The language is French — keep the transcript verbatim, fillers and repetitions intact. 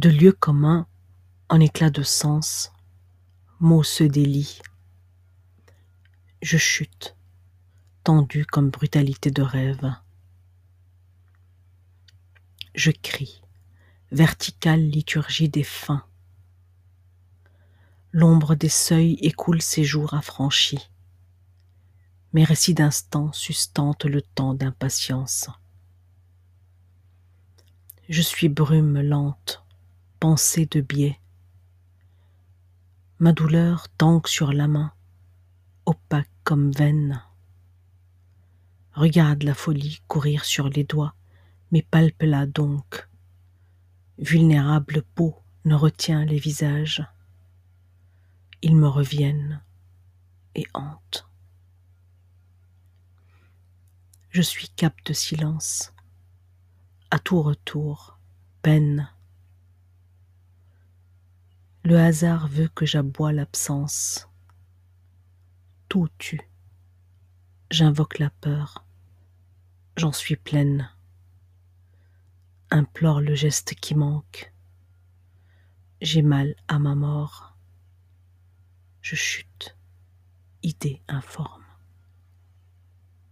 De lieux communs en éclat de sens, mots se délient. Je chute, tendu comme brutalité de rêve. Je crie, verticale liturgie des fins. L'ombre des seuils écoule ses jours affranchis. Mes récits d'instants sustentent le temps d'impatience. Je suis brume lente, pensée de biais. Ma douleur tangue sur la main, opaque comme veine. Regarde la folie courir sur les doigts, mais palpe-la donc. Vulnérable peau ne retient les visages. Ils me reviennent et hantent. Je suis cap de silence, à tout retour, peine. Le hasard veut que j'aboie l'absence. Tout tue. J'invoque la peur. J'en suis pleine. Implore le geste qui manque. J'ai mal à ma mort. Je chute, idée informe.